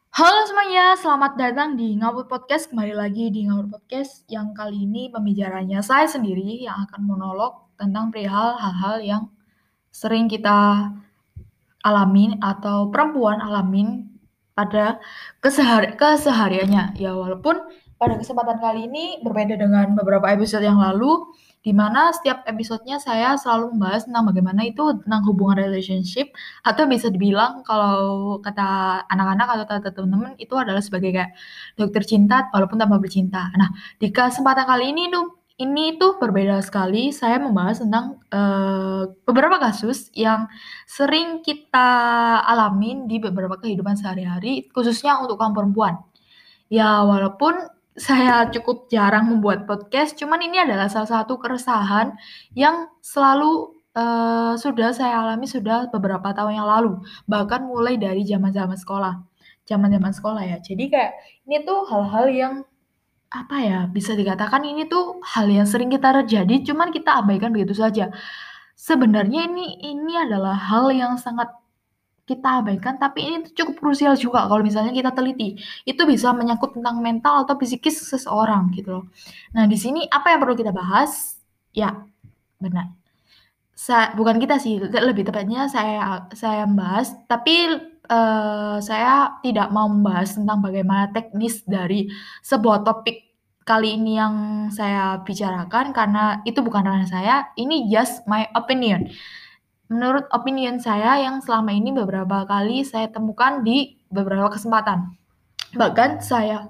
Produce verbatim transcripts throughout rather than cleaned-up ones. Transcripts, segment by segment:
Halo semuanya, selamat datang di Ngawur Podcast. Kembali lagi di Ngawur Podcast yang kali ini pembicaranya saya sendiri yang akan monolog tentang perihal hal-hal yang sering kita alamin atau perempuan alamin pada kesehari kesehariannya. Ya walaupun pada kesempatan kali ini berbeda dengan beberapa episode yang lalu, di mana setiap episodenya saya selalu membahas tentang bagaimana itu tentang hubungan relationship atau bisa dibilang kalau kata anak-anak atau kata teman-teman itu adalah sebagai kayak dokter cinta walaupun tanpa bercinta. Nah, di kesempatan kali ini tuh ini tuh berbeda sekali. Saya membahas tentang eh, beberapa kasus yang sering kita alamin di beberapa kehidupan sehari-hari, khususnya untuk kaum perempuan. Ya, walaupun saya cukup jarang membuat podcast, cuman ini adalah salah satu keresahan yang selalu eh, sudah saya alami sudah beberapa tahun yang lalu, bahkan mulai dari zaman-zaman sekolah. Zaman-zaman sekolah ya. Jadi kayak ini tuh hal-hal yang apa ya, bisa dikatakan ini tuh hal yang sering kita terjadi, cuman kita abaikan begitu saja. Sebenarnya ini ini adalah hal yang sangat kita abaikan, tapi ini tuh cukup krusial juga kalau misalnya kita teliti. Itu bisa menyangkut tentang mental atau psikis seseorang gitu loh. Nah, di sini apa yang perlu kita bahas? Ya, benar. Sa bukan kita sih, lebih tepatnya saya saya membahas, tapi eh, saya tidak mau membahas tentang bagaimana teknis dari sebuah topik kali ini yang saya bicarakan karena itu bukan ranah saya, ini just my opinion. Menurut opinion saya yang selama ini beberapa kali saya temukan di beberapa kesempatan. Bahkan saya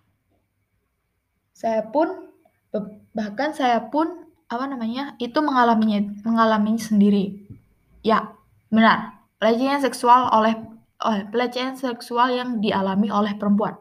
saya pun bahkan saya pun apa namanya itu mengalaminya mengalaminya sendiri. Ya, benar. Pelecehan seksual oleh oleh pelecehan seksual yang dialami oleh perempuan.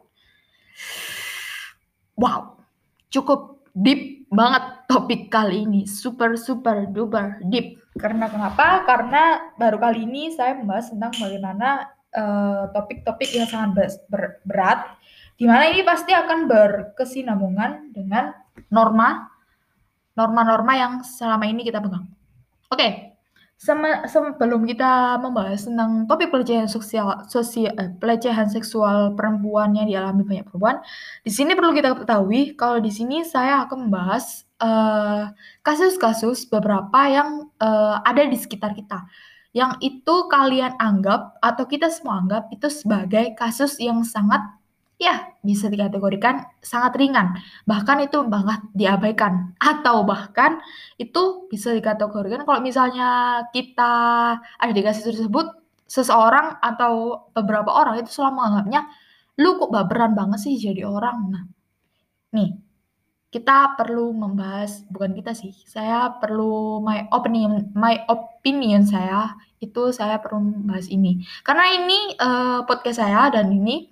Wow, cukup deep banget topik kali ini. Super super duper deep. Karena kenapa? Karena baru kali ini saya membahas tentang bagaimana eh, topik-topik yang sangat bes- ber- berat, di mana ini pasti akan berkesinambungan dengan norma norma-norma yang selama ini kita pegang. Oke, Sema- sebelum kita membahas tentang topik pelecehan sosial, sosial eh, pelecehan seksual perempuan yang dialami banyak perempuan, di sini perlu kita ketahui kalau di sini saya akan membahas eh, kasus-kasus beberapa yang eh, ada di sekitar kita, yang itu kalian anggap atau kita semua anggap itu sebagai kasus yang sangat ya bisa dikategorikan sangat ringan, bahkan itu banget diabaikan atau bahkan itu bisa dikategorikan kalau misalnya kita ada di kasus tersebut, seseorang atau beberapa orang itu selalu menganggapnya, "Lu kok baperan banget sih jadi orang?" Nah, nih, kita perlu membahas bukan kita sih, saya perlu my opinion my opinion saya, itu saya perlu membahas ini. Karena ini, eee, podcast saya dan ini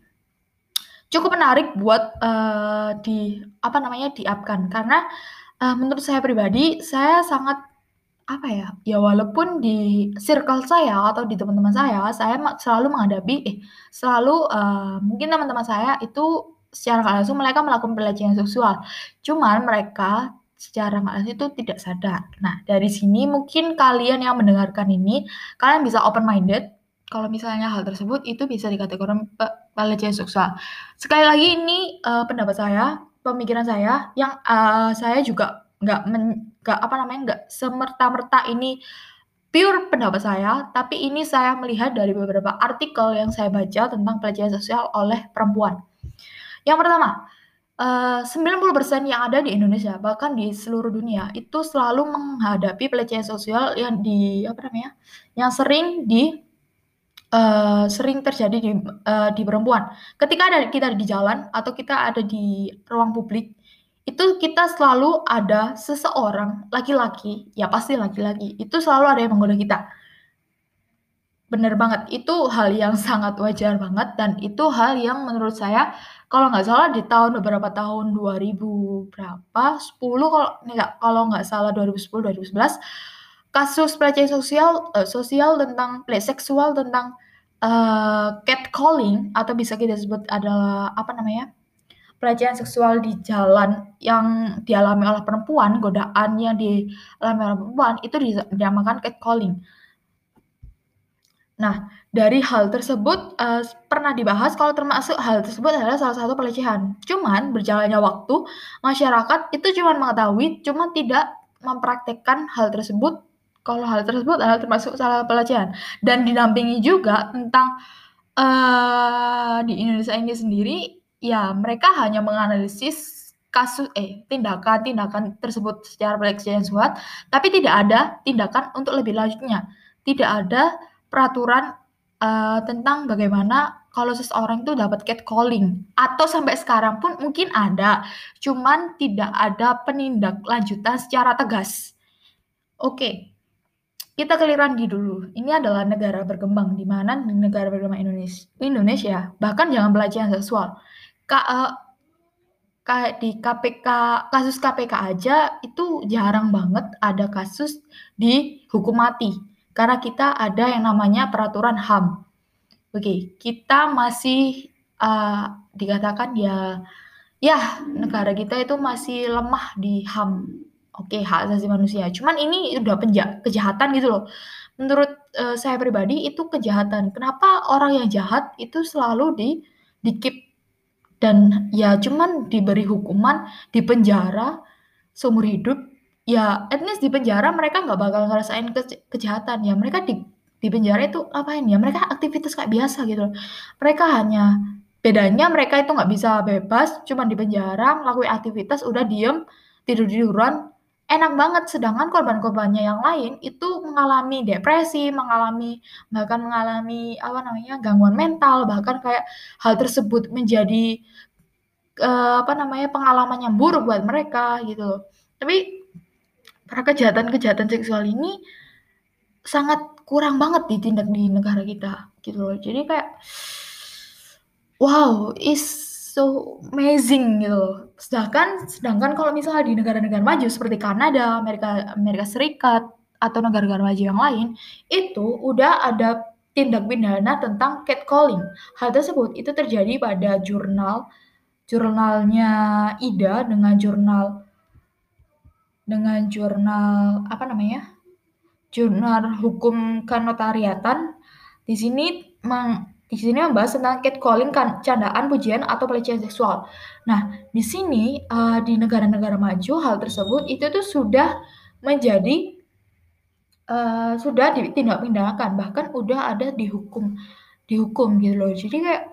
cukup menarik buat, eee, di apa namanya, di-up-kan. Karena, eee, menurut saya pribadi, saya sangat apa ya, ya walaupun di circle saya atau di teman-teman saya, saya ma selalu menghadapi eh, selalu, eee, mungkin teman-teman saya itu secara nggak langsung mereka melakukan pelecehan seksual. Cuman mereka secara nggak langsung itu tidak sadar. Nah, dari sini mungkin kalian yang mendengarkan ini, kalian bisa open minded kalau misalnya hal tersebut itu bisa dikategorikan pe pelecehan seksual. Sekali lagi ini, eee, pendapat saya, pemikiran saya yang, eee, saya juga nggak men nggak apa namanya, nggak semerta-merta ini pure pendapat saya, tapi ini saya melihat dari beberapa artikel yang saya baca tentang pelecehan seksual oleh perempuan. Yang pertama, eee, sembilan puluh persen yang ada di Indonesia, bahkan di seluruh dunia, itu selalu menghadapi pelecehan sosial yang di apa namanya, yang sering di eee, sering terjadi di eee, di perempuan. Ketika ada kita di jalan atau kita ada di ruang publik, itu kita selalu ada seseorang laki-laki, ya pasti laki-laki, itu selalu ada yang menggoda kita. Bener banget, itu hal yang sangat wajar banget dan itu hal yang menurut saya kalau nggak salah di tahun beberapa tahun dua ribu berapa, sepuluh kalau enggak, kalau nggak salah dua ribu sepuluh, dua ribu sebelas, kasus pelecehan sosial, eee, sosial tentang ple seksual tentang, eee, catcalling atau bisa kita sebut adalah apa namanya, pelecehan seksual di jalan yang dialami oleh perempuan, godaan yang dialami oleh perempuan itu disa dinamakan catcalling. Nah, dari hal tersebut, eee, pernah dibahas kalau termasuk hal tersebut adalah salah satu pelecehan. Cuman berjalannya waktu, masyarakat itu cuman mengetahui, cuma tidak mempraktekkan hal tersebut, kalau hal tersebut adalah termasuk salah pelecehan. Dan didampingi juga tentang, eee, di Indonesia ini sendiri, ya mereka hanya menganalisis kasus eh, tindakan-tindakan tersebut secara pelecehan seksual, tapi tidak ada tindakan untuk lebih lanjutnya. Tidak ada peraturan, eee, tentang bagaimana kalau seseorang itu dapat catcalling, atau sampai sekarang pun mungkin ada, cuman tidak ada penindaklanjutan secara tegas. Oke, kita ke Irlandia dulu. Ini adalah negara berkembang, di mana di negara berkembang Indones Indonesia, bahkan jangan pelecehan seksual, ka eee, kayak di K P K, kasus K P K aja itu jarang banget ada kasus dihukum mati, karena kita ada yang namanya peraturan H A M. Oke, kita masih, eee, dikatakan ya ya negara kita itu masih lemah di H A M. Oke, hak asasi manusia. Cuman ini udah penja kejahatan gitu loh. Menurut, eee, saya pribadi itu kejahatan. Kenapa orang yang jahat itu selalu di di-keep dan ya cuman diberi hukuman di penjara seumur hidup, ya at least di penjara mereka nggak bakal ngerasain kej kejahatan, ya mereka di di penjara itu ngapain ya, mereka aktivitas kayak biasa gitu loh. Mereka hanya bedanya mereka itu nggak bisa bebas, cuman di penjara ngelakuin aktivitas, udah diem, tidur-tiduran, enak banget. Sedangkan korban-korbannya yang lain itu mengalami depresi, mengalami bahkan mengalami apa namanya, gangguan mental, bahkan kayak hal tersebut menjadi, eee, apa namanya, pengalaman yang buruk buat mereka gitu loh. Tapi para kejahatan-kejahatan seksual ini sangat kurang banget ditindak di negara kita gitu loh. Jadi kayak wow, is so amazing gitu loh. Sedangkan sedangkan kalau misalnya di negara-negara maju seperti Kanada, Amerika Amerika Serikat, atau negara-negara maju yang lain, itu udah ada tindak pidana tentang catcalling. Hal tersebut itu terjadi pada jurnal jurnalnya IDA dengan jurnal dengan jurnal apa namanya, jurnal hukum kenotariatan. Di sini meng di sini membahas tentang catcalling, kan candaan, pujian, atau pelecehan seksual. Nah, di sini, eee, di negara-negara maju hal tersebut itu tuh sudah menjadi, eee, sudah ditindak pidanakan, bahkan udah ada dihukum dihukum gitu loh. Jadi kayak,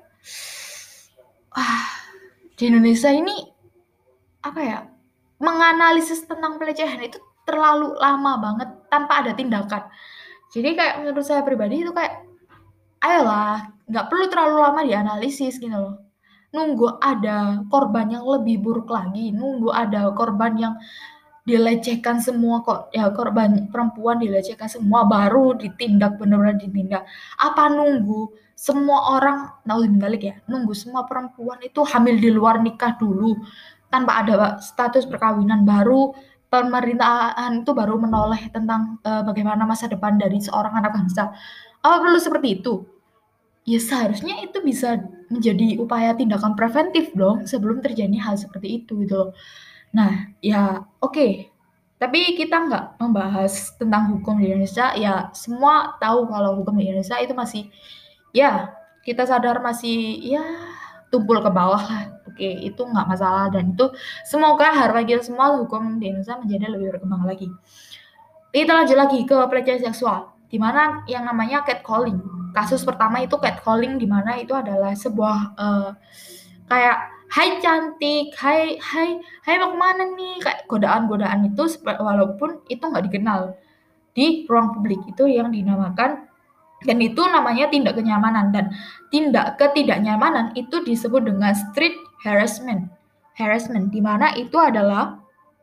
wah, di Indonesia ini apa ya, menganalisis tentang pelecehan itu terlalu lama banget tanpa ada tindakan. Jadi kayak menurut saya pribadi itu kayak, ayolah, nggak perlu terlalu lama dianalisis gitu loh. Nunggu ada korban yang lebih buruk lagi, nunggu ada korban yang dilecehkan semua kok, ya korban perempuan dilecehkan semua baru ditindak, bener-bener ditindak. Apa nunggu semua orang, naudzubillah ya, nunggu semua perempuan itu hamil di luar nikah dulu, tanpa ada status perkawinan, baru pemerintahan itu baru menoleh tentang, eee, bagaimana masa depan dari seorang anak bangsa. Apa perlu seperti itu? Ya seharusnya itu bisa menjadi upaya tindakan preventif dong, sebelum terjadi hal seperti itu gitu loh. Nah, ya oke, tapi kita nggak membahas tentang hukum di Indonesia, ya semua tahu kalau hukum di Indonesia itu masih, ya kita sadar masih, ya tumpul ke bawah lah. Oke, itu nggak masalah dan itu semoga harapan kita semua hukum di Indonesia menjadi lebih berkembang lagi. Kita lanjut lagi ke pelecehan seksual, di mana yang namanya catcalling. Kasus pertama itu catcalling, di mana itu adalah sebuah, eee, kayak, "Hai cantik, hai hai hai mau kemana nih?" Kayak godaan-godaan itu walaupun itu nggak dikenal di ruang publik, itu yang dinamakan dan itu namanya tindak kenyamanan, dan tindak ketidaknyamanan itu disebut dengan street harassment harassment, di mana itu adalah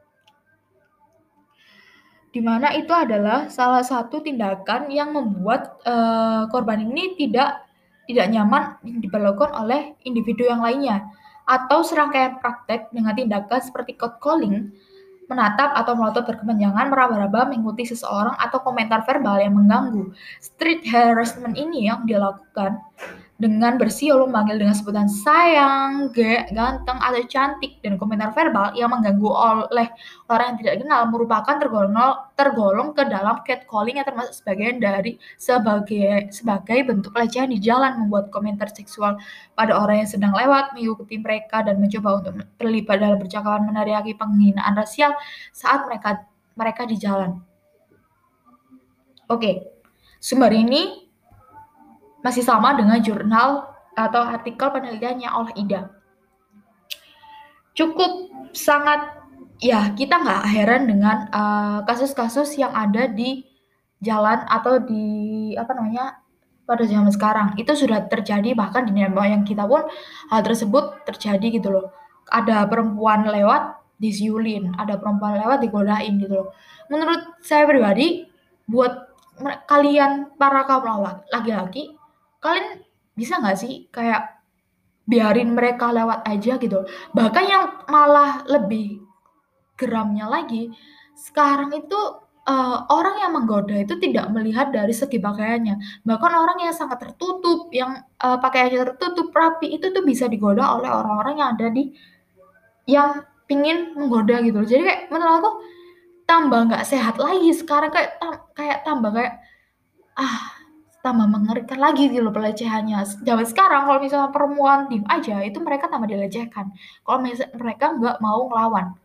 di mana itu adalah salah satu tindakan yang membuat, eee, korban ini tidak tidak nyaman diperlakukan oleh individu yang lainnya, atau serangkaian praktek dengan tindakan seperti catcalling, menatap atau melotot berkepanjangan, meraba-raba, mengikuti seseorang, atau komentar verbal yang mengganggu. Street harassment ini yang dilakukan dengan bersih lo manggil dengan sebutan sayang, ge, ganteng, atau cantik, dan komentar verbal yang mengganggu oleh orang yang tidak kenal merupakan tergolong tergolong ke dalam catcalling yang termasuk sebagian dari sebagai sebagai bentuk pelecehan di jalan. Membuat komentar seksual pada orang yang sedang lewat, mengikuti mereka, dan mencoba untuk terlibat dalam percakapan meneriaki penghinaan rasial saat mereka mereka di jalan. Oke, sumber ini masih sama dengan jurnal atau artikel penelitiannya oleh Ida. Cukup sangat, ya kita nggak heran dengan uh, kasus-kasus yang ada di jalan atau di apa namanya pada zaman sekarang. Itu sudah terjadi, bahkan di nenek moyang kita pun hal tersebut terjadi gitu loh. Ada perempuan lewat disiulin, ada perempuan lewat digodain gitu loh. Menurut saya pribadi, buat kalian para kaum laki-laki, kalian bisa nggak sih kayak biarin mereka lewat aja gitu. Bahkan yang malah lebih geramnya lagi, sekarang itu uh, orang yang menggoda itu tidak melihat dari segi pakaiannya. Bahkan orang yang sangat tertutup, yang uh, pakaiannya tertutup rapi, itu tuh bisa digoda oleh orang-orang yang ada di yang pingin menggoda gitu. Jadi kayak menurut aku tambah nggak sehat lagi sekarang, kayak tam, kayak tambah kayak ah tambah mengerikan lagi gitu loh pelecehannya. Zaman sekarang kalau misalnya perempuan diem aja, itu mereka tambah dilecehkan. Kalau misalnya mereka nggak mau ngelawan.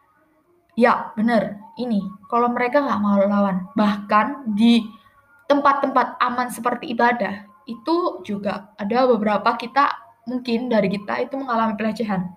Ya, bener. Ini, kalau mereka nggak mau lawan. Bahkan di tempat-tempat aman seperti ibadah, itu juga ada beberapa kita, mungkin dari kita itu mengalami pelecehan.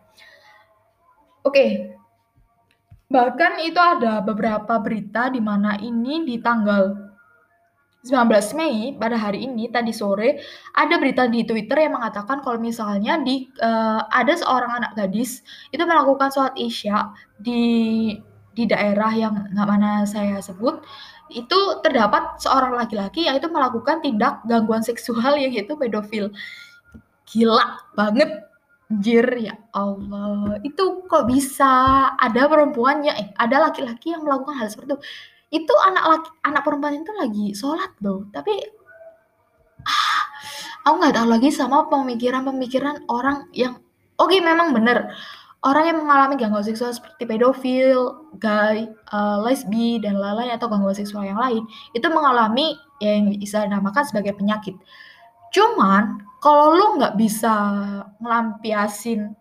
Oke, bahkan itu ada beberapa berita di mana ini di tanggal sembilan belas Mei pada hari ini tadi sore ada berita di Twitter yang mengatakan kalau misalnya di uh, ada seorang anak gadis itu melakukan sholat isya di di daerah yang nggak mana saya sebut, itu terdapat seorang laki-laki yang itu melakukan tindak gangguan seksual yaitu pedofil. Gila banget. Anjir, ya Allah. Itu kok bisa ada perempuannya, eh ada laki-laki yang melakukan hal seperti itu. Itu anak laki, anak perempuan itu lagi sholat loh. Tapi ah, aku nggak tahu lagi sama pemikiran-pemikiran orang yang oke okay, memang bener. Orang yang mengalami gangguan seksual seperti pedofil, gay, uh, lesbi, dan lain-lain atau gangguan seksual yang lain itu mengalami yang bisa dinamakan sebagai penyakit. Cuman kalau lu nggak bisa ngelampiasin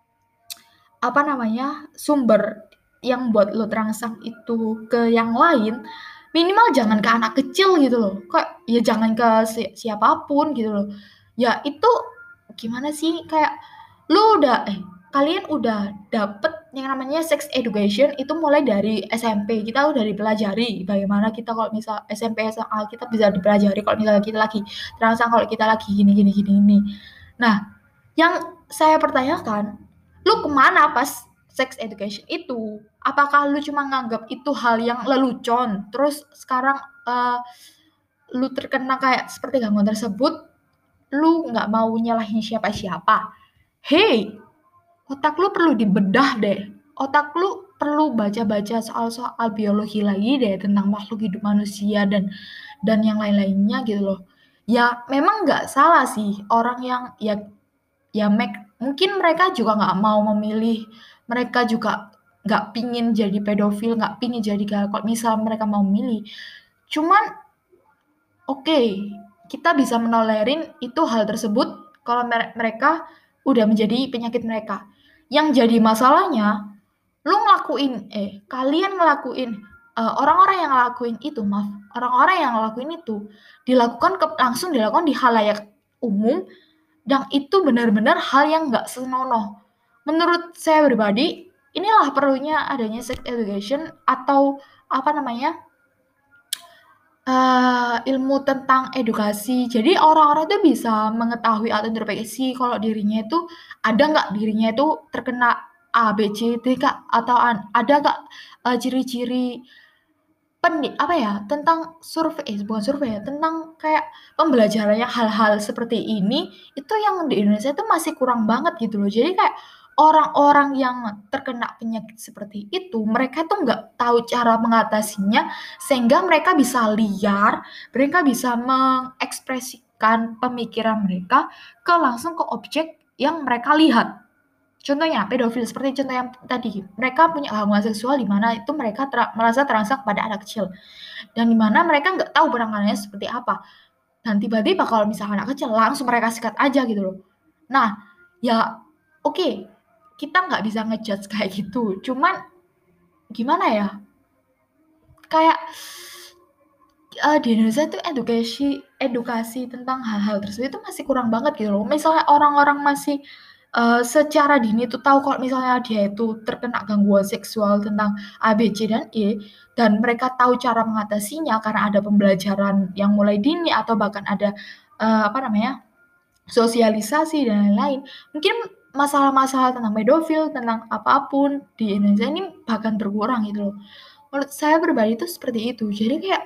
apa namanya sumber yang buat lu terangsang itu ke yang lain, minimal jangan ke anak kecil gitu loh. Kayak ya jangan ke si- siapapun gitu loh. Ya itu gimana sih, kayak lu udah eh kalian udah dapet yang namanya sex education itu mulai dari S M P. Kita udah dipelajari bagaimana kita kalau misal S M P S M A kita bisa dipelajari kalau misalnya kita lagi terangsang, kalau kita lagi gini gini gini gini. Nah, yang saya pertanyakan, lu kemana pas sex education itu? Apakah lu cuma nganggap itu hal yang lelucon, terus sekarang uh, lu terkena kayak seperti gangguan tersebut, lu nggak mau nyalahin siapa-siapa? Hey, otak lu perlu dibedah deh. Otak lu perlu baca-baca soal-soal biologi lagi deh tentang makhluk hidup manusia dan dan yang lain-lainnya gitu loh. Ya memang nggak salah sih orang yang ya ya make, mungkin mereka juga nggak mau memilih, mereka juga nggak pingin jadi pedofil, nggak pingin jadi gal, kalau misal mereka mau memilih. Cuman oke, okay, kita bisa menolerin itu hal tersebut kalau mereka udah menjadi penyakit mereka. Yang jadi masalahnya, lu ngelakuin, eh kalian ngelakuin, uh, orang-orang yang ngelakuin itu, maaf, orang-orang yang ngelakuin itu dilakukan ke, langsung dilakukan di halayak umum, dan itu benar-benar hal yang nggak senonoh. Menurut saya pribadi, inilah perlunya adanya sex education atau apa namanya, uh, ilmu tentang edukasi. Jadi orang-orang tuh bisa mengetahui atau introspeksi kalau dirinya itu ada nggak dirinya itu terkena A, B, C, D, Kak, atau an- ada nggak uh, ciri-ciri pendi apa ya, tentang survei eh, bukan survei ya, tentang kayak pembelajarannya hal-hal seperti ini, itu yang di Indonesia itu masih kurang banget gitu loh. Jadi kayak orang-orang yang terkena penyakit seperti itu, mereka tuh nggak tahu cara mengatasinya, sehingga mereka bisa liar, mereka bisa mengekspresi mengalihkan pemikiran mereka ke langsung ke objek yang mereka lihat. Contohnya pedofil, seperti contoh yang tadi, mereka punya gangguan seksual di mana itu mereka ter merasa terangsang kepada anak kecil, dan di mana mereka nggak tahu penanganannya seperti apa. Dan tiba-tiba kalau misalkan anak kecil langsung mereka sikat aja gitu loh. Nah, ya oke, okay, kita nggak bisa ngejudge kayak gitu. Cuman gimana ya? Kayak uh, di Indonesia tuh edukasi edukasi tentang hal-hal tersebut itu masih kurang banget gitu loh. Misalnya orang-orang masih uh, secara dini tuh tahu kalau misalnya dia itu terkena gangguan seksual tentang A, B, C, dan E, dan mereka tahu cara mengatasinya karena ada pembelajaran yang mulai dini atau bahkan ada uh, apa namanya sosialisasi dan lain-lain. Mungkin masalah-masalah tentang pedofil, tentang apapun di Indonesia ini bahkan berkurang gitu loh. Menurut saya pribadi itu seperti itu. Jadi kayak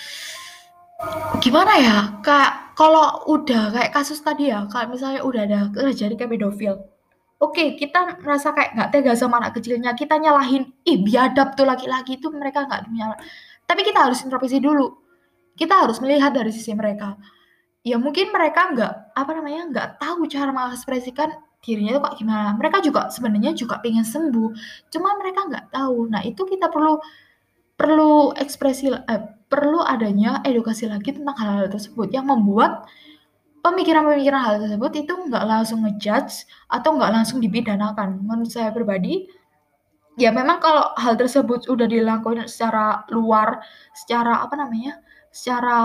gimana ya? Kayak kalau udah kayak kasus tadi ya, kayak misalnya udah ada terjadi kayak pedofil. Oke, kita merasa kayak nggak tega sama anak kecilnya, kita nyalahin, ih biadab tuh laki-laki itu mereka nggak punya. Tapi kita harus introspeksi dulu. Kita harus melihat dari sisi mereka. Ya mungkin mereka nggak apa namanya nggak tahu cara mengekspresikan dirinya itu kayak gimana. Mereka juga sebenarnya juga pengen sembuh, cuma mereka nggak tahu. Nah itu kita perlu perlu ekspresi eh, perlu adanya edukasi lagi tentang hal-hal tersebut yang membuat pemikiran-pemikiran hal tersebut itu nggak langsung ngejudge atau nggak langsung dipidanakan. Menurut saya pribadi, ya memang kalau hal tersebut udah dilakukan secara luar, secara apa namanya, secara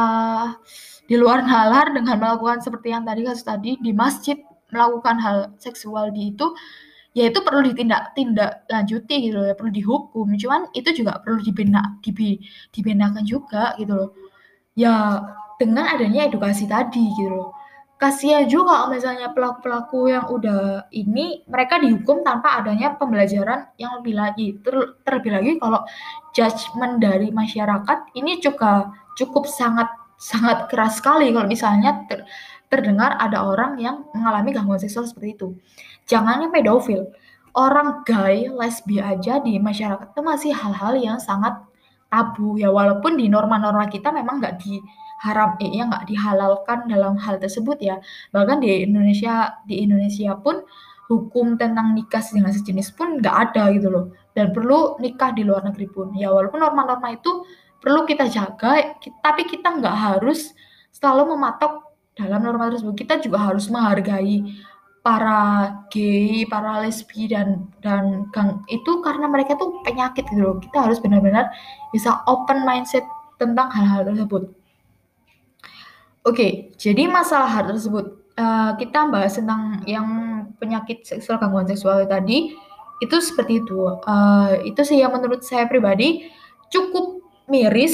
di luar nalar dengan melakukan seperti yang tadi kasus tadi di masjid melakukan hal seksual di itu, ya itu perlu ditindak tindak lanjuti gitu loh ya, perlu dihukum. Cuman itu juga perlu dibina dibi, dibenakan juga gitu loh. Ya dengan adanya edukasi tadi gitu loh. Kasihan juga kalau misalnya pelaku-pelaku yang udah ini mereka dihukum tanpa adanya pembelajaran yang lebih lagi. Ter, terlebih lagi kalau judgement dari masyarakat ini juga cukup sangat sangat keras sekali kalau misalnya ter, terdengar ada orang yang mengalami gangguan seksual seperti itu. Jangannya pedofil, orang gay, lesbi aja di masyarakat itu masih hal-hal yang sangat tabu ya, walaupun di norma-norma kita memang nggak diharam eh ya nggak dihalalkan dalam hal tersebut ya. Bahkan di Indonesia di Indonesia pun hukum tentang nikah dengan sejenis pun nggak ada gitu loh, dan perlu nikah di luar negeri pun ya, walaupun norma-norma itu perlu kita jaga, tapi kita nggak harus selalu mematok dalam norma tersebut. Kita juga harus menghargai para gay, para lesbi dan dan gang itu karena mereka tuh penyakit gitu loh. Kita harus benar-benar bisa open mindset tentang hal-hal tersebut. Oke, jadi masalah hal tersebut uh, kita bahas tentang yang penyakit seksual, gangguan seksual tadi itu seperti itu. Uh, itu sih yang menurut saya pribadi cukup miris,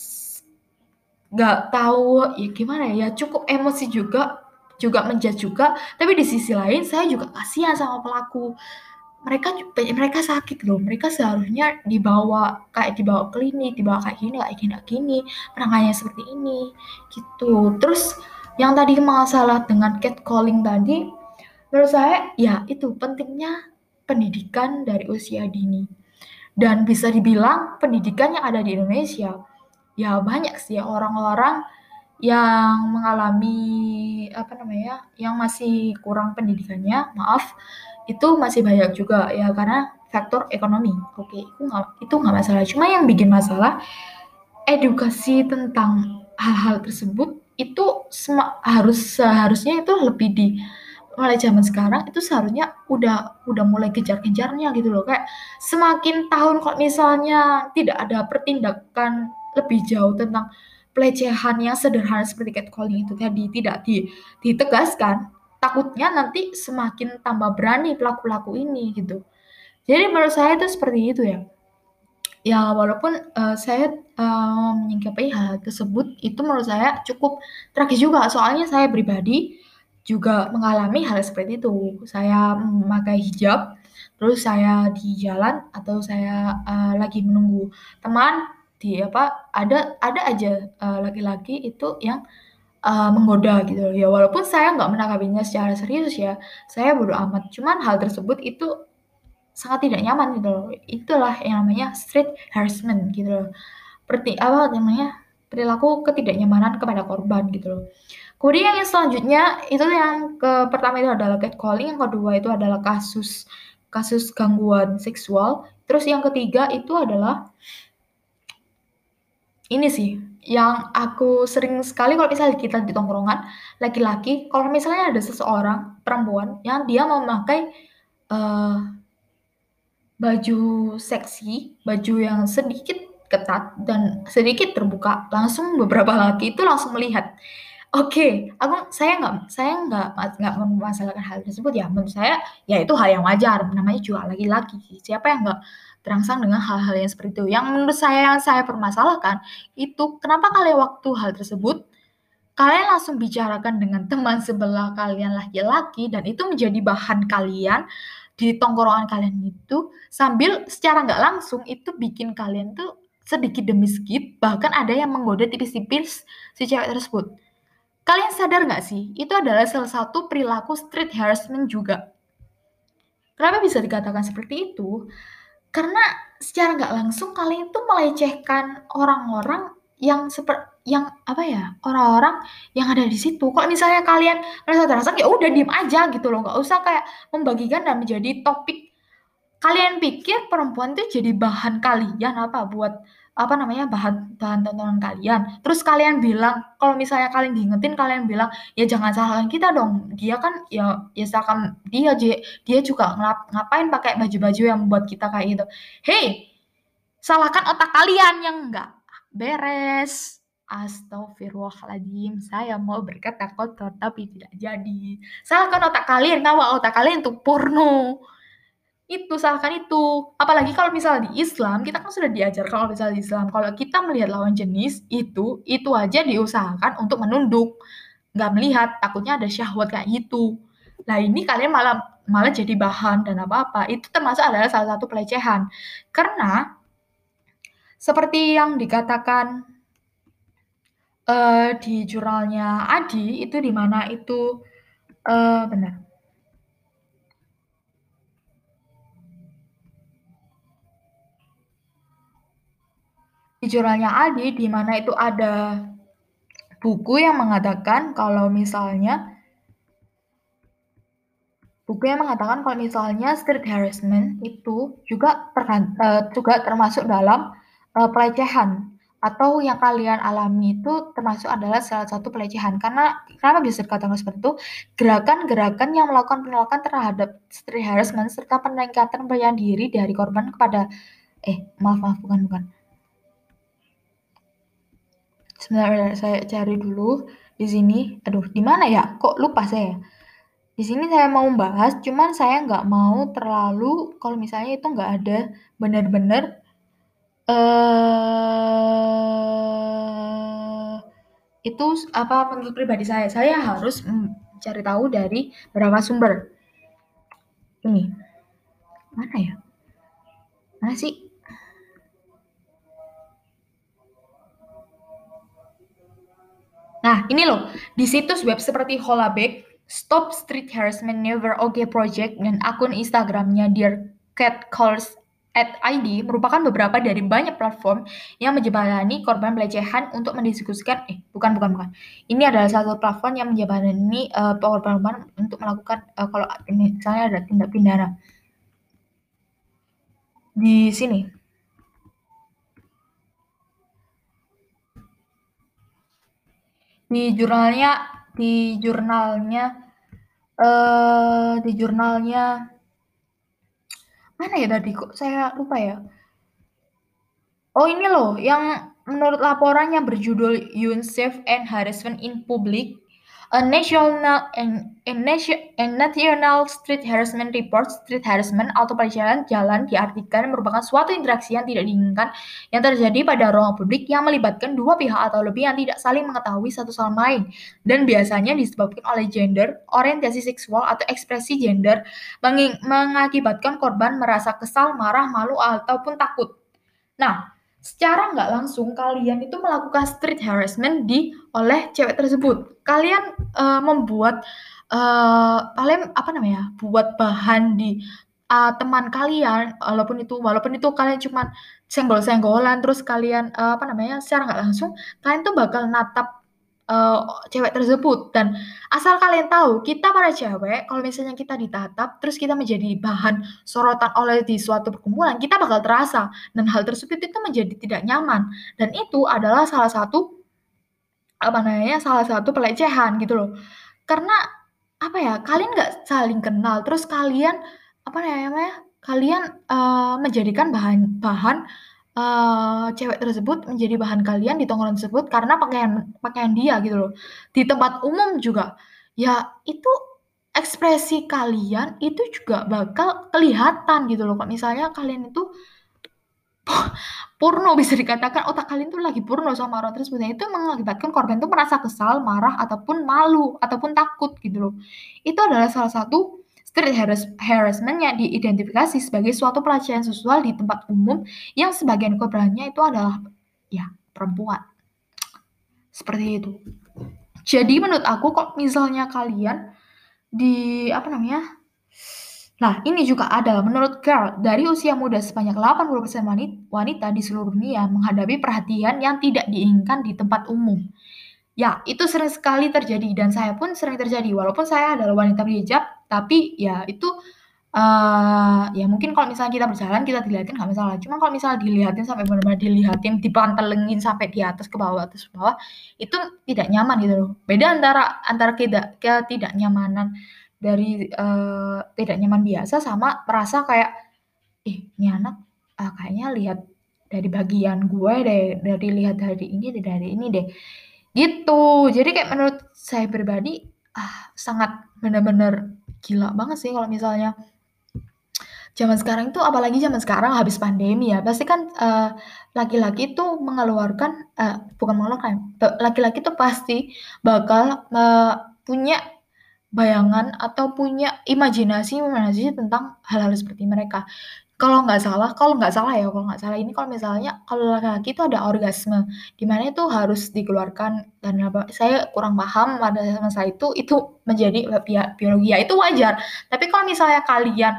nggak tahu ya gimana ya, cukup emosi juga, juga menjudge juga, tapi di sisi lain saya juga kasihan sama pelaku. Mereka mereka sakit loh, mereka seharusnya dibawa kayak dibawa klinik, dibawa kayak gini, kayak gini, kayak gini, penanganannya seperti ini, gitu. Terus yang tadi masalah dengan catcalling tadi, menurut saya ya itu pentingnya pendidikan dari usia dini. Dan bisa dibilang pendidikan yang ada di Indonesia, ya banyak sih orang-orang yang mengalami apa namanya, yang masih kurang pendidikannya, maaf, itu masih banyak juga ya karena faktor ekonomi. Oke, itu nggak itu nggak masalah. Cuma yang bikin masalah edukasi tentang hal-hal tersebut itu sema- harus seharusnya itu lebih di mulai zaman sekarang itu seharusnya udah udah mulai kejar-kejarnya gitu loh, kayak semakin tahun kalau misalnya tidak ada pertindakan lebih jauh tentang pelecehan yang sederhana seperti catcalling itu tadi tidak di, ditegaskan, takutnya nanti semakin tambah berani pelaku-pelaku ini gitu. Jadi menurut saya itu seperti itu ya. Ya walaupun uh, saya uh, menyikapi hal tersebut itu menurut saya cukup tragis juga, soalnya saya pribadi juga mengalami hal seperti itu. Saya memakai hijab, terus saya di jalan atau saya uh, lagi menunggu teman di apa ada ada aja uh, laki-laki itu yang uh, menggoda gitu loh. Ya walaupun saya nggak menanggapinya secara serius ya, saya bodo amat. Cuman hal tersebut itu sangat tidak nyaman gitu loh. Itulah yang namanya street harassment gitu loh. Perti apa namanya? Perilaku ketidaknyamanan kepada korban gitu loh. Kemudian yang selanjutnya itu yang ke pertama itu adalah catcalling, yang kedua itu adalah kasus kasus gangguan seksual, terus yang ketiga itu adalah ini sih, yang aku sering sekali kalau misalnya kita di tongkrongan, laki-laki, kalau misalnya ada seseorang perempuan yang dia memakai, eee, baju seksi, baju yang sedikit ketat dan sedikit terbuka, langsung beberapa laki itu langsung melihat. Oke, aku saya nggak saya nggak nggak memasalahkan hal tersebut ya, menurut saya, ya itu hal yang wajar, namanya juga laki-laki, siapa yang nggak terangsang dengan hal-hal yang seperti itu. Yang menurut saya yang saya permasalahkan, itu kenapa kalian waktu hal tersebut, kalian langsung bicarakan dengan teman sebelah kalian laki-laki dan itu menjadi bahan kalian di tongkrongan kalian itu, sambil secara nggak langsung itu bikin kalian tuh sedikit demi sedikit, bahkan ada yang menggoda tipis-tipis si cewek tersebut. Kalian sadar nggak sih, itu adalah salah satu perilaku street harassment juga. Kenapa bisa dikatakan seperti itu? Karena secara nggak langsung kalian itu melecehkan orang-orang yang seper yang apa ya, orang-orang yang ada di situ. Kalau misalnya kalian merasa terangsang, ya udah diem aja gitu loh, nggak usah kayak membagikan dan menjadi topik. Kalian pikir perempuan itu jadi bahan kalian apa buat apa namanya, bahan bahan tontonan kalian. Terus kalian bilang kalau misalnya kalian diingetin kalian bilang, "Ya jangan salahkan kita dong, dia kan ya ya salahkan dia je dia juga ngap ngapain pakai baju-baju yang membuat kita kayak gitu." Hei, salahkan otak kalian yang nggak beres. Astagfirullahaladzim, saya mau berkata kotor tapi tidak jadi. Salahkan otak kalian, kalau otak kalian itu porno. Itu, salahkan itu. Apalagi kalau misalnya di Islam, kita kan sudah diajar kalau misalnya di Islam, kalau kita melihat lawan jenis, itu, itu aja diusahakan untuk menunduk. Nggak melihat, takutnya ada syahwat kayak gitu. Nah ini kalian malah malah jadi bahan dan apa-apa. Itu termasuk adalah salah satu pelecehan. Karena, seperti yang dikatakan uh, di jurnalnya Adi, itu di mana itu, uh, benar. Di jurnalnya Adi, di mana itu ada buku yang mengatakan kalau misalnya buku yang mengatakan kalau misalnya street harassment itu juga terkan, uh, juga termasuk dalam uh, pelecehan atau yang kalian alami itu termasuk adalah salah satu pelecehan. Karena kenapa bisa dikatakan seperti itu? Gerakan-gerakan yang melakukan penolakan terhadap street harassment serta peningkatan percaya diri dari korban kepada eh maaf maaf bukan bukan. Sebentar saya cari dulu di sini. Aduh, di mana ya? Kok lupa saya? Di sini saya mau bahas, cuman saya nggak mau terlalu kalau misalnya itu nggak ada benar-benar eh itu apa menurut pribadi saya, saya harus mencari tahu dari beberapa sumber. Ini mana ya? Mana sih? Nah, ini loh, di situs web seperti Holabek, Stop Street Harassment Never OK Project, dan akun Instagramnya Dear Catcalls at I D merupakan beberapa dari banyak platform yang menjembatani korban pelecehan untuk mendiskusikan, eh bukan bukan bukan. Ini adalah salah satu platform yang menjembatani uh, korban-korban untuk melakukan uh, kalau misalnya ada tindak pidana. Di sini. Di jurnalnya di jurnalnya eh di jurnalnya mana ya tadi kok saya lupa ya. Oh ini loh yang menurut laporan yang berjudul UNICEF and Harassment in Public, a national and, and, and national street harassment report. Street harassment atau pelecehan jalan diartikan merupakan suatu interaksi yang tidak diinginkan yang terjadi pada ruang publik yang melibatkan dua pihak atau lebih yang tidak saling mengetahui satu sama lain dan biasanya disebabkan oleh gender, orientasi seksual atau ekspresi gender, mengakibatkan korban merasa kesal, marah, malu ataupun takut. Nah, secara nggak langsung kalian itu melakukan street harassment di oleh cewek tersebut. Kalian uh, membuat uh, kalian apa namanya? Buat bahan di uh, teman kalian, walaupun itu walaupun itu kalian cuma senggol-senggolan, terus kalian uh, apa namanya? Secara nggak langsung kalian tuh bakal natap uh, cewek tersebut. Dan asal kalian tahu, kita para cewek kalau misalnya kita ditatap terus kita menjadi bahan sorotan oleh di suatu perkumpulan, kita bakal terasa, dan hal tersebut itu menjadi tidak nyaman, dan itu adalah salah satu apa namanya salah satu pelecehan gitu loh. Karena apa ya, kalian nggak saling kenal, terus kalian apa namanya kalian uh, menjadikan bahan bahan uh, cewek tersebut menjadi bahan kalian di tongkrongan tersebut karena pakaian pakaian dia gitu loh. Di tempat umum juga ya, itu ekspresi kalian itu juga bakal kelihatan gitu loh. Kalau misalnya kalian itu purno, bisa dikatakan otak kalian tuh lagi purno sama orang tersebut, itu mengakibatkan korban tuh merasa kesal, marah, ataupun malu, ataupun takut gitu loh. Itu adalah salah satu street harassment yang diidentifikasi sebagai suatu pelecehan seksual di tempat umum yang sebagian korbannya itu adalah ya perempuan. Seperti itu. Jadi menurut aku kok misalnya kalian di apa namanya Nah, ini juga ada. Menurut Girl, dari usia muda sebanyak delapan puluh persen wanita di seluruh dunia menghadapi perhatian yang tidak diinginkan di tempat umum. Ya, itu sering sekali terjadi, dan saya pun sering terjadi. Walaupun saya adalah wanita berhijab, tapi ya itu uh, ya mungkin kalau misalnya kita berjalan kita dilihatin nggak masalah. Cuma kalau misalnya dilihatin sampai benar-benar dilihatin, dipantelengin sampai di atas ke bawah atas ke bawah, itu tidak nyaman gitu loh. Beda antara antara tidak ketidaknyamanan dari uh, tidak nyaman biasa sama merasa kayak ih ini anak uh, kayaknya lihat dari bagian gue deh, dari lihat dari ini dari ini deh gitu. Jadi kayak menurut saya pribadi ah sangat benar-benar gila banget sih kalau misalnya zaman sekarang itu, apalagi zaman sekarang habis pandemi ya, pasti kan uh, laki-laki tuh mengeluarkan uh, bukan mengeluarkan laki-laki tuh pasti bakal uh, punya bayangan atau punya imajinasi imajinasi tentang hal-hal seperti mereka. Kalau nggak salah kalau nggak salah ya, kalau nggak salah ini kalau misalnya kalau laki-laki itu ada orgasme, di mana itu harus dikeluarkan, dan apa saya kurang paham pada masa itu, itu menjadi biologi ya, itu wajar. Tapi kalau misalnya kalian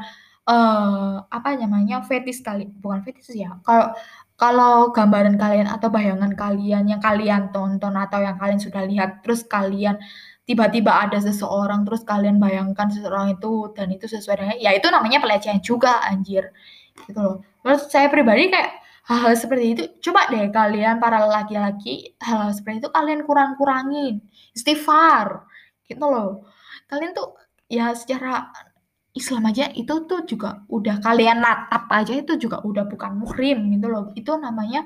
eh apa namanya fetish kali bukan fetish ya, kalau kalau gambaran kalian atau bayangan kalian yang kalian tonton atau yang kalian sudah lihat, terus kalian tiba-tiba ada seseorang, terus kalian bayangkan seseorang itu dan itu sesuai dengan, ya itu namanya pelecehan juga anjir gitu loh. Menurut saya pribadi kayak hal-hal seperti itu coba deh kalian para laki-laki, hal-hal seperti itu kalian kurang-kurangin, istighfar gitu loh. Kalian tuh ya secara Islam aja itu tuh juga udah kalian natap aja itu juga udah bukan muhrim gitu loh. Itu namanya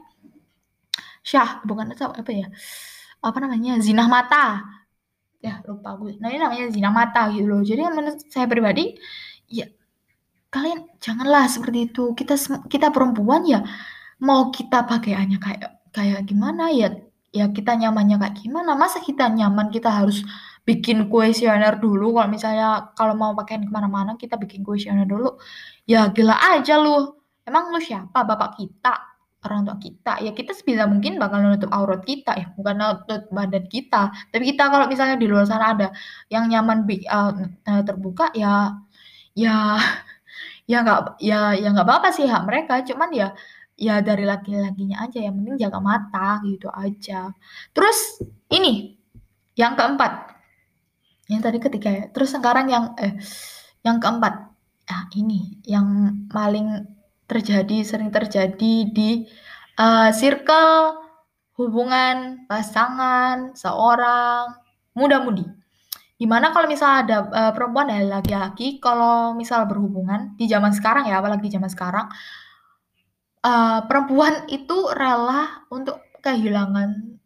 syah bukan apa ya? Apa namanya? Zinah mata. Ya lupa gue. Nah ini namanya zina mata gitu loh. Jadi menurut saya pribadi ya kalian janganlah seperti itu. Kita kita perempuan ya mau kita pakaiannya kayak kayak gimana ya, ya kita nyamannya kayak gimana. Masa kita nyaman kita harus bikin kuesioner dulu, kalau misalnya kalau mau pakaian kemana-mana kita bikin kuesioner dulu. Ya gila aja lu. Emang lu siapa? Bapak kita, orang tua kita. Ya kita sebisa mungkin bakal nutup aurat kita ya, bukan nutup badan kita. Tapi kita kalau misalnya di luar sana ada yang nyaman big, uh, terbuka ya ya ya nggak ya ya nggak apa-apa sih hak mereka, cuman ya ya dari laki-lakinya aja yang penting jaga mata gitu aja. Terus ini yang keempat, yang tadi ketiga ya, terus sekarang yang eh yang keempat, ah ini yang paling terjadi sering terjadi di uh, circle hubungan pasangan seorang muda-mudi. Gimana kalau misalnya ada uh, perempuan dan laki-laki kalau misal berhubungan di zaman sekarang ya, apalagi zaman sekarang, uh, perempuan itu rela untuk kehilangan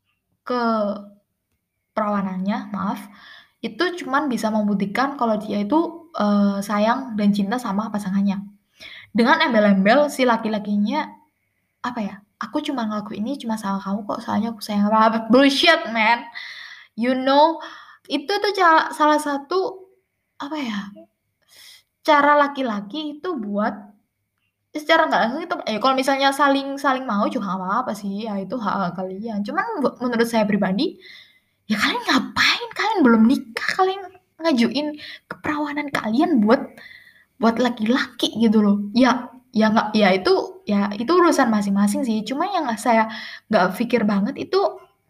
keperawanannya, maaf, itu cuman bisa membuktikan kalau dia itu uh, sayang dan cinta sama pasangannya. Dengan embel-embel si laki-lakinya apa ya? Aku cuma ngelakuin ini cuma sama kamu kok, soalnya aku sayang banget. Bullshit, man. You know, itu tuh cara, salah satu apa ya? Cara laki-laki itu buat secara nggak langsung itu eh kalau misalnya saling saling mau juga nggak apa-apa sih, ya itu hak kalian. Cuman menurut saya pribadi, ya kalian ngapain? Kalian belum nikah, kalian ngajuin keperawanan kalian buat buat laki-laki gitu loh. Ya ya nggak ya itu ya itu urusan masing-masing sih. Cuma yang saya nggak pikir banget itu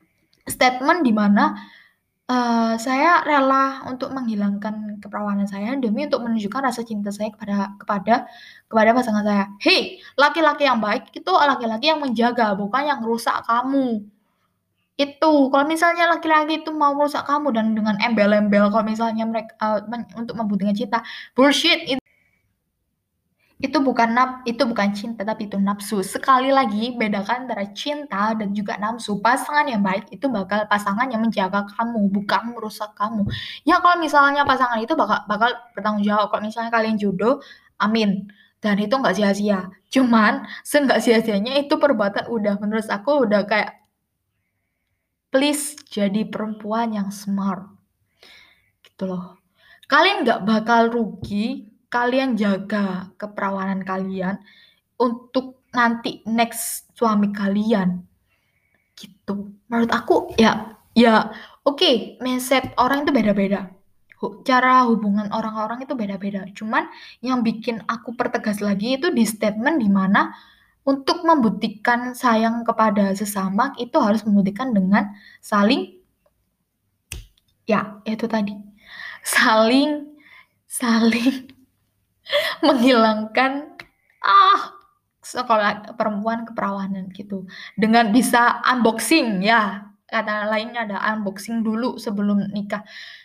statement di mana uh, saya rela untuk menghilangkan keperawanan saya demi untuk menunjukkan rasa cinta saya kepada kepada kepada pasangan saya. Hei, laki-laki yang baik itu laki-laki yang menjaga, bukan yang rusak kamu. Itu, kalau misalnya laki-laki itu mau merusak kamu dan dengan embel-embel kalau misalnya mereka uh, men- untuk membuktikan cinta, bullshit. It- itu bukan naf itu bukan cinta tapi itu nafsu. Sekali lagi bedakan antara cinta dan juga nafsu. Pasangan yang baik itu bakal pasangan yang menjaga kamu, bukan merusak kamu. Ya kalau misalnya pasangan itu bakal bakal bertanggung jawab. Kalau misalnya kalian jodoh, amin. Dan itu nggak sia-sia. Cuman seenggak sia-sianya itu perbuatan udah menurut aku udah kayak please jadi perempuan yang smart gitu loh. Kalian nggak bakal rugi, kalian jaga keperawanan kalian untuk nanti next suami kalian gitu. Menurut aku ya ya oke, okay, mindset orang itu beda-beda. Hu- Cara hubungan orang-orang itu beda-beda. Cuman yang bikin aku pertegas lagi itu di statement di mana untuk membuktikan sayang kepada sesama itu harus membuktikan dengan saling ya itu tadi saling saling menghilangkan ah sekolah perempuan keperawanan gitu dengan bisa unboxing ya kata lainnya ada unboxing dulu sebelum nikah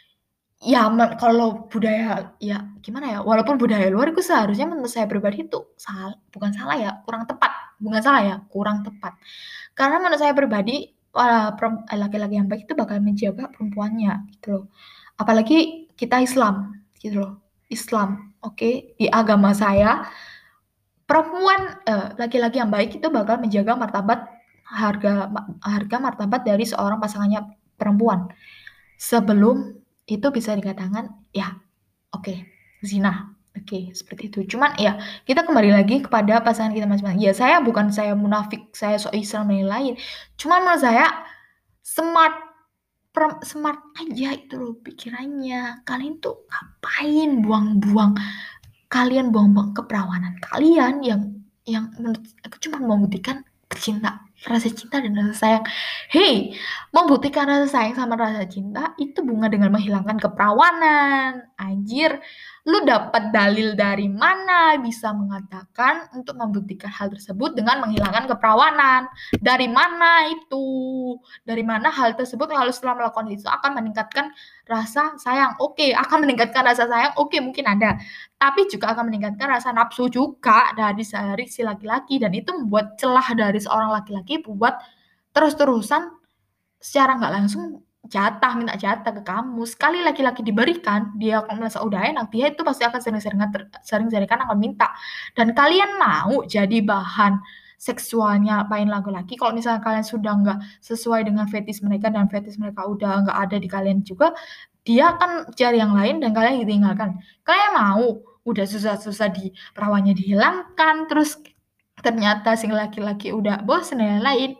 ya me- kalau budaya ya gimana ya walaupun budaya luar itu seharusnya menurut saya pribadi itu salah bukan salah ya kurang tepat bukan salah ya kurang tepat karena menurut saya pribadi uh, perem- laki-laki yang baik itu bakal menjaga perempuannya gitu loh apalagi kita Islam gitu loh Islam oke di agama saya perempuan eh, laki-laki yang baik itu bakal menjaga martabat harga harga martabat dari seorang pasangannya perempuan sebelum itu bisa dikatakan ya oke zina oke seperti itu cuman ya kita kembali lagi kepada pasangan kita masing-masing ya saya bukan saya munafik saya sok Islam dan lain-lain cuman menurut saya smart per- smart aja itu loh pikirannya kalian tuh ngapain buang-buang kalian buang-buang keperawanan kalian yang yang menurut aku cuma membuktikan cinta rasa cinta dan rasa sayang hei membuktikan rasa sayang sama rasa cinta itu bunga dengan menghilangkan keperawanan anjir lu dapat dalil dari mana bisa mengatakan untuk membuktikan hal tersebut dengan menghilangkan keperawanan dari mana itu dari mana hal tersebut kalau setelah melakukan itu akan meningkatkan rasa sayang oke okay, akan meningkatkan rasa sayang oke okay, mungkin ada tapi juga akan meningkatkan rasa nafsu juga dari dari si laki-laki dan itu membuat celah dari seorang laki-laki buat terus-terusan secara nggak langsung jatah minta jatah ke kamu sekali laki-laki diberikan dia akan merasa udah enak dia itu pasti akan sering-seringan sering-sering akan minta dan kalian mau jadi bahan seksualnya apain laki-laki kalau misalnya kalian sudah nggak sesuai dengan fetis mereka dan fetis mereka udah nggak ada di kalian juga dia akan cari yang lain dan kalian ditinggalkan kalian mau udah susah-susah di perawannya dihilangkan terus ternyata si laki-laki udah bosan dan lain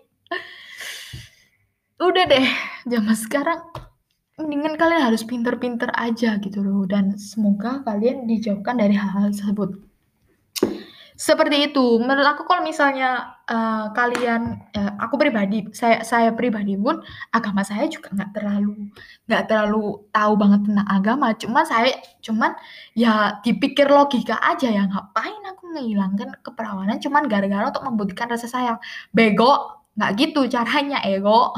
udah deh zaman sekarang mendingan kalian harus pinter-pinter aja gitu loh dan semoga kalian dijauhkan dari hal-hal tersebut seperti itu menurut aku kalau misalnya uh, kalian uh, aku pribadi saya saya pribadi pun agama saya juga nggak terlalu nggak terlalu tahu banget tentang agama cuma saya cuman ya dipikir logika aja ya ngapain aku menghilangkan keperawanan cuman gara-gara untuk membuktikan rasa sayang bego nggak gitu caranya ego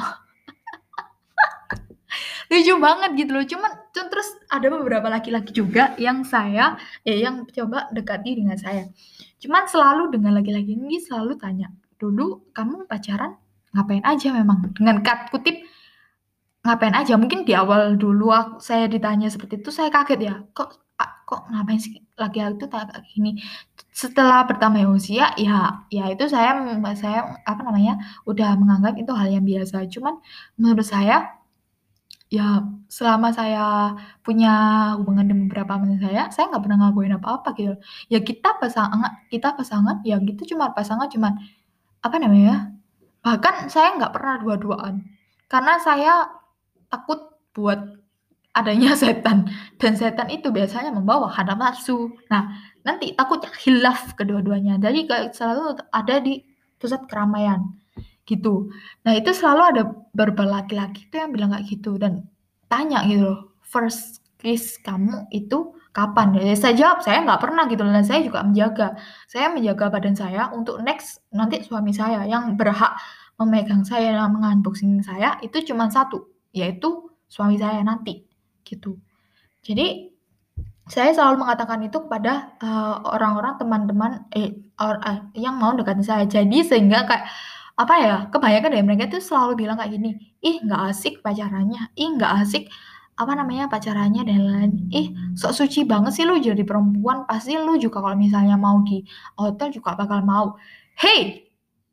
lucu banget gitu loh cuman cu- terus ada beberapa laki-laki juga yang saya eh yang coba dekati dengan saya cuman selalu dengan laki-laki ini selalu tanya dulu kamu pacaran ngapain aja memang dengan kat kutip ngapain aja mungkin di awal dulu aku, saya ditanya seperti itu saya kaget ya kok a- kok ngapain sih laki-laki itu kayak gini setelah bertambah usia ya ya itu saya saya apa namanya udah menganggap itu hal yang biasa cuman menurut saya ya, selama saya punya hubungan dengan beberapa teman saya, saya nggak pernah ngelakuin apa-apa gitu. Ya kita pasangan kita pasangan, ya gitu cuma pasangan cuman apa namanya, bahkan saya nggak pernah dua-duaan. Karena saya takut buat adanya setan, dan setan itu biasanya membawa hawa nafsu. Nah, nanti takutnya khilaf kedua-duanya. Jadi kayak selalu ada di pusat keramaian. gitu. Nah itu selalu ada beberapa laki-laki tuh yang bilang kayak gitu dan tanya gitu loh, first kiss kamu itu kapan? Ya saya jawab, saya nggak pernah gitu loh, dan saya juga menjaga. Saya menjaga badan saya untuk next nanti suami saya yang berhak memegang saya dan mengunboxing saya itu cuma satu, yaitu suami saya nanti gitu. Jadi saya selalu mengatakan itu kepada eh, orang-orang teman-teman eh, or- eh, yang mau deketin saya. Jadi sehingga kayak apa ya, kebanyakan dari mereka tuh selalu bilang kayak gini, ih nggak asik pacarannya, ih nggak asik apa namanya pacarannya dan lain-lain, ih sok suci banget sih lu jadi perempuan, pasti lu juga kalau misalnya mau di hotel juga bakal mau. Hey,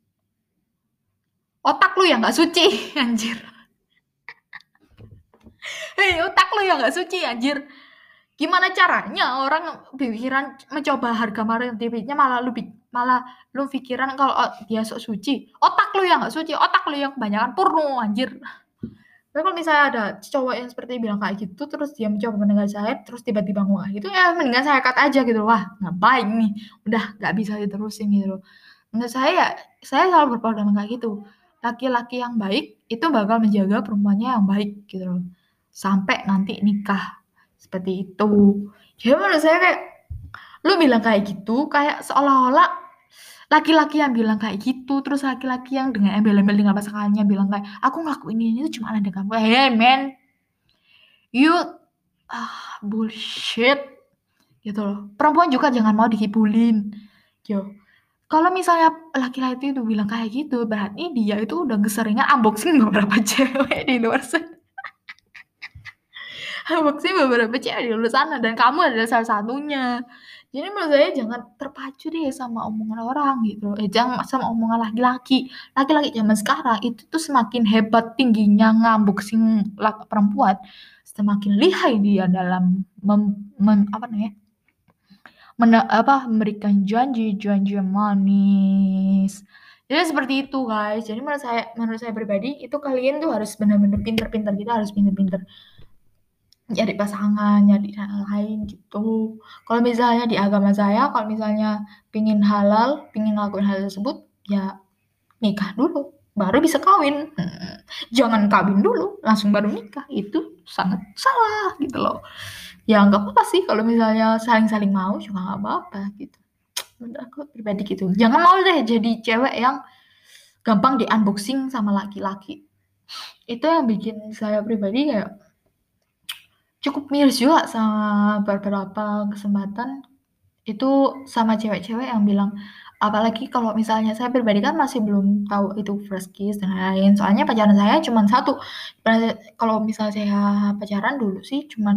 otak lu yang nggak suci, anjir. Hei, otak lu yang nggak suci, anjir. Gimana caranya orang pikiran mencoba harga marketingnya malah lu malah lu pikiran kalau oh, dia sok suci. Otak lu yang nggak suci, otak lu yang kebanyakan porno, anjir. Tapi kalau misalnya ada cowok yang seperti bilang kayak gitu, terus dia mencoba mendengar saya, terus tiba-tiba ngomong kayak gitu, ya mendingan saya cut aja gitu. Wah, ngapain nih? Udah nggak bisa diterusin gitu loh. Menurut saya ya, saya selalu berpandangan kayak gitu. Laki-laki yang baik itu bakal menjaga perempuannya yang baik gitu loh. Sampai nanti nikah. Seperti itu. Jadi menurut saya kayak, lu bilang kayak gitu, kayak seolah-olah laki-laki yang bilang kayak gitu, terus laki-laki yang dengan embel-embel dengan pasangannya bilang kayak, aku ngelakuin ini itu cuma ada kamu. Hey man, you ah bullshit gitu loh. Perempuan juga jangan mau dikibulin. Yo, kalau misalnya laki-laki itu bilang kayak gitu, berarti dia itu udah keseringan unboxing beberapa cewek di luar sana. Unboxing beberapa cewek di luar sana dan kamu adalah salah satunya. Jadi menurut saya jangan terpacu deh sama omongan orang gitu. Eh jangan sama omongan laki-laki. Laki-laki zaman sekarang itu tuh semakin hebat tingginya ngunboxing lak- perempuan, semakin lihai dia dalam mem, mem- apa namanya? Mena- apa memberikan janji-janji yang manis. Jadi seperti itu guys. Jadi menurut saya menurut saya pribadi itu kalian tuh harus benar-benar pinter-pinter, kita harus pinter-pinter nyari pasangan, nyari yang lain gitu. Kalau misalnya di agama saya, kalau misalnya pingin halal, pingin ngelakuin hal tersebut, ya nikah dulu, baru bisa kawin. Hmm, Jangan kawin dulu, langsung baru nikah. Itu sangat salah gitu loh. Ya nggak apa-apa sih kalau misalnya saling-saling mau juga nggak apa-apa gitu. Menurut aku pribadi gitu. Jangan mau deh jadi cewek yang gampang di unboxing sama laki-laki. Itu yang bikin saya pribadi kayak cukup miris juga sama beberapa kesempatan itu sama cewek-cewek yang bilang apalagi kalau misalnya saya pribadi kan masih belum tahu itu first kiss dan lain-lain. Soalnya pacaran saya cuma satu. Pada- Kalau misalnya saya pacaran dulu sih cuman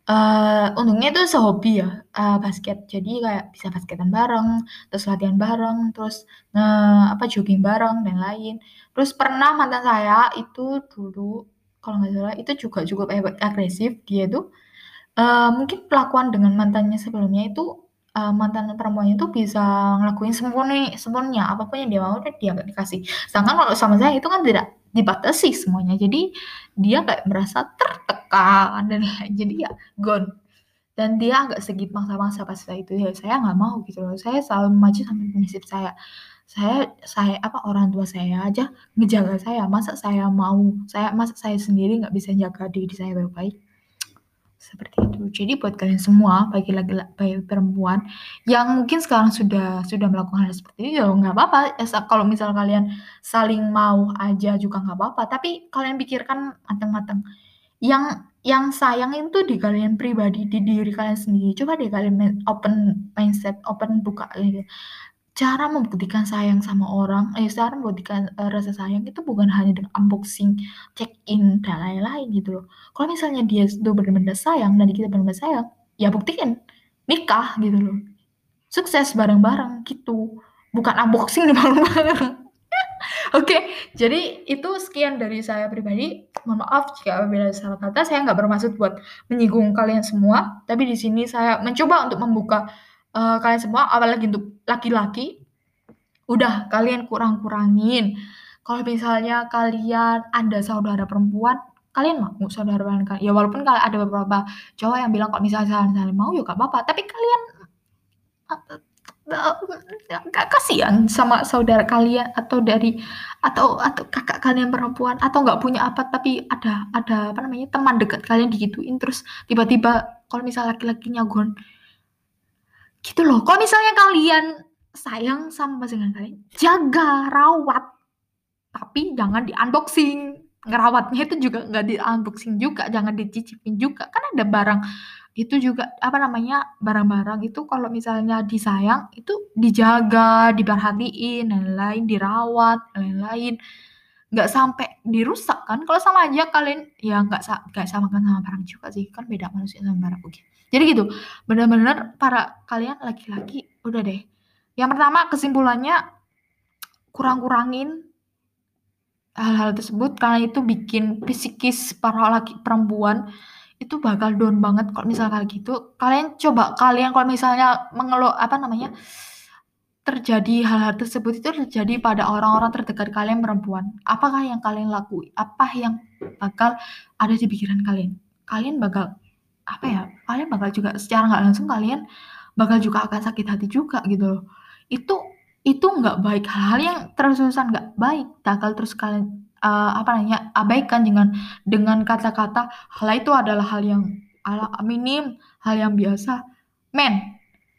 eh untungnya itu sehobi ya eh, basket. Jadi kayak bisa basketan bareng, terus latihan bareng, terus eh, apa jogging bareng dan lain. Terus pernah mantan saya itu dulu kalau nggak salah itu juga cukup agresif. Dia tuh Eee, mungkin pelakuan dengan mantannya sebelumnya itu, eee, mantan perempuannya itu bisa ngelakuin sempurni sepenuhnya, apa pun yang dia mau tuh dia nggak dikasih. Sedangkan kalau sama saya itu kan tidak dibatasi semuanya, jadi dia kayak merasa tertekan dan jadi ya gone. Dan dia agak sedikit maksa-maksa pas saya itu, ya saya nggak mau gitu loh, saya selalu memacu sama prinsip saya. Saya saya apa, orang tua saya aja ngejaga saya, masa saya mau saya masa saya sendiri nggak bisa jaga diri saya baik-baik? Seperti itu. Jadi buat kalian semua, bagi laki bagi perempuan yang mungkin sekarang sudah sudah melakukan hal seperti itu, ya nggak apa-apa, esa kalau misal kalian saling mau aja juga nggak apa-apa, tapi kalian pikirkan matang-matang. Yang yang sayang itu di kalian pribadi, di diri kalian sendiri. Coba deh kalian main open mindset, open buka gitu. Cara membuktikan sayang sama orang, eh, cara membuktikan, eee, rasa sayang itu bukan hanya dengan unboxing, check-in, dan lain-lain gitu loh. Kalau misalnya dia itu bener-bener sayang dan kita bener-bener sayang, ya buktiin, nikah gitu loh. Sukses bareng-bareng gitu, bukan unboxing bareng-bareng. Oke, jadi itu sekian dari saya pribadi. Mohon maaf jika apabila ada salah kata, saya nggak bermaksud buat menyinggung kalian semua, tapi di sini saya mencoba untuk membuka, eee, kalian semua, apalagi untuk laki-laki. Udah kalian kurang-kurangin. Kalau misalnya kalian ada saudara perempuan, kalian mau saudara perempuan kalian ya walaupun kalau ada beberapa cowok yang bilang kalau misalnya saling-saling mau ya nggak apa-apa, tapi kalian Kak, kasihan sama saudara kalian atau dari atau atau kakak kalian perempuan atau nggak punya apa tapi ada ada apa namanya teman dekat kalian digituin terus tiba-tiba kalau misalnya laki-laki nyagon gitu loh. Kalau misalnya kalian sayang sama pasangan kalian, jaga, rawat, tapi jangan di unboxing. Ngerawatnya itu juga nggak di unboxing juga, jangan dicicipin juga. Kan ada barang itu juga apa namanya barang-barang itu kalau misalnya disayang itu dijaga, diperhatiin, dan lain-lain, dirawat, dan lain-lain. Nggak sampai dirusak kan? Kalau sama aja kalian ya nggak sa nggak samakan sama barang juga sih, kan beda manusia sama barang oke. Jadi gitu, benar-benar para kalian laki-laki udah deh. Yang pertama kesimpulannya kurang-kurangin hal-hal tersebut karena itu bikin psikis para laki perempuan itu bakal down banget kalau misalnya kayak gitu. Kalian coba kalian kalau misalnya mengeluh apa namanya terjadi hal-hal tersebut itu terjadi pada orang-orang terdekat kalian perempuan. Apakah yang kalian lakuin? Apa yang bakal ada di pikiran kalian? Kalian bakal apa ya? Kalian bakal juga secara nggak langsung kalian bakal juga akan sakit hati juga gitu loh. Itu itu nggak baik. Hal-hal yang terus-terusan nggak baik. Bakal terus kalian uh, apa namanya abaikan dengan dengan kata-kata hal itu adalah hal yang ala minim, hal yang biasa. Men,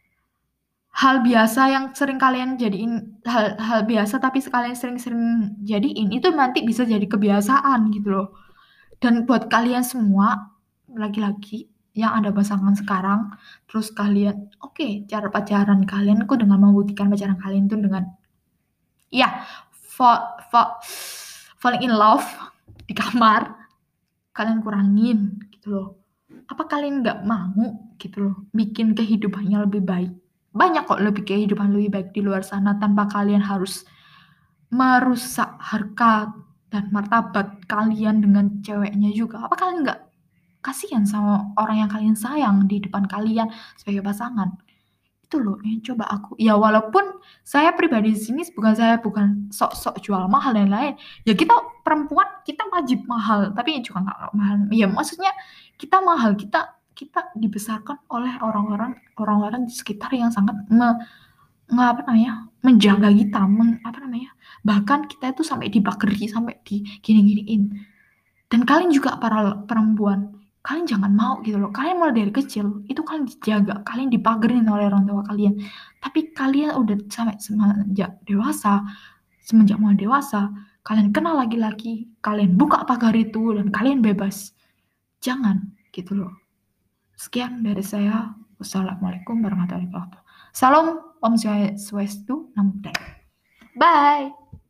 hal biasa yang sering kalian jadiin hal hal biasa tapi sekalian sering-sering jadiin itu nanti bisa jadi kebiasaan gitu loh. Dan buat kalian semua laki-laki yang ada pasangan sekarang, terus kalian oke cara pacaran kalian kok dengan membuktikan pacaran kalian tuh dengan ya fa, fa, falling in love di kamar, kalian kurangin gitu loh. Apa kalian nggak mau gitu loh bikin kehidupannya lebih baik? Banyak kok lebih kehidupan lebih baik di luar sana tanpa kalian harus merusak harkat dan martabat kalian dengan ceweknya juga. Apa kalian nggak kasihan sama orang yang kalian sayang di depan kalian sebagai pasangan? Itu loh yang coba aku. Ya walaupun saya pribadi di sini bukan saya bukan sok-sok jual mahal dan lain. Ya kita perempuan kita wajib mahal, tapi juga nggak mahal. Ya maksudnya kita mahal, kita kita dibesarkan oleh orang-orang orang-orang di sekitar yang sangat me, nggak apa namanya menjaga kita, meng, apa namanya bahkan kita itu sampai dibakeri sampai di gini-giniin. Dan kalian juga para perempuan, kalian jangan mau gitu loh. Kalian mulai dari kecil, itu kalian dijaga, kalian dipagerin oleh orang tua kalian. Tapi kalian udah sampai semenjak dewasa, semenjak mulai dewasa, kalian kenal laki-laki, kalian buka pagar itu dan kalian bebas. Jangan gitu loh. Sekian dari saya. Wassalamualaikum warahmatullahi wabarakatuh. Salam Om Swastiastu, Namo Buddhaya. Bye.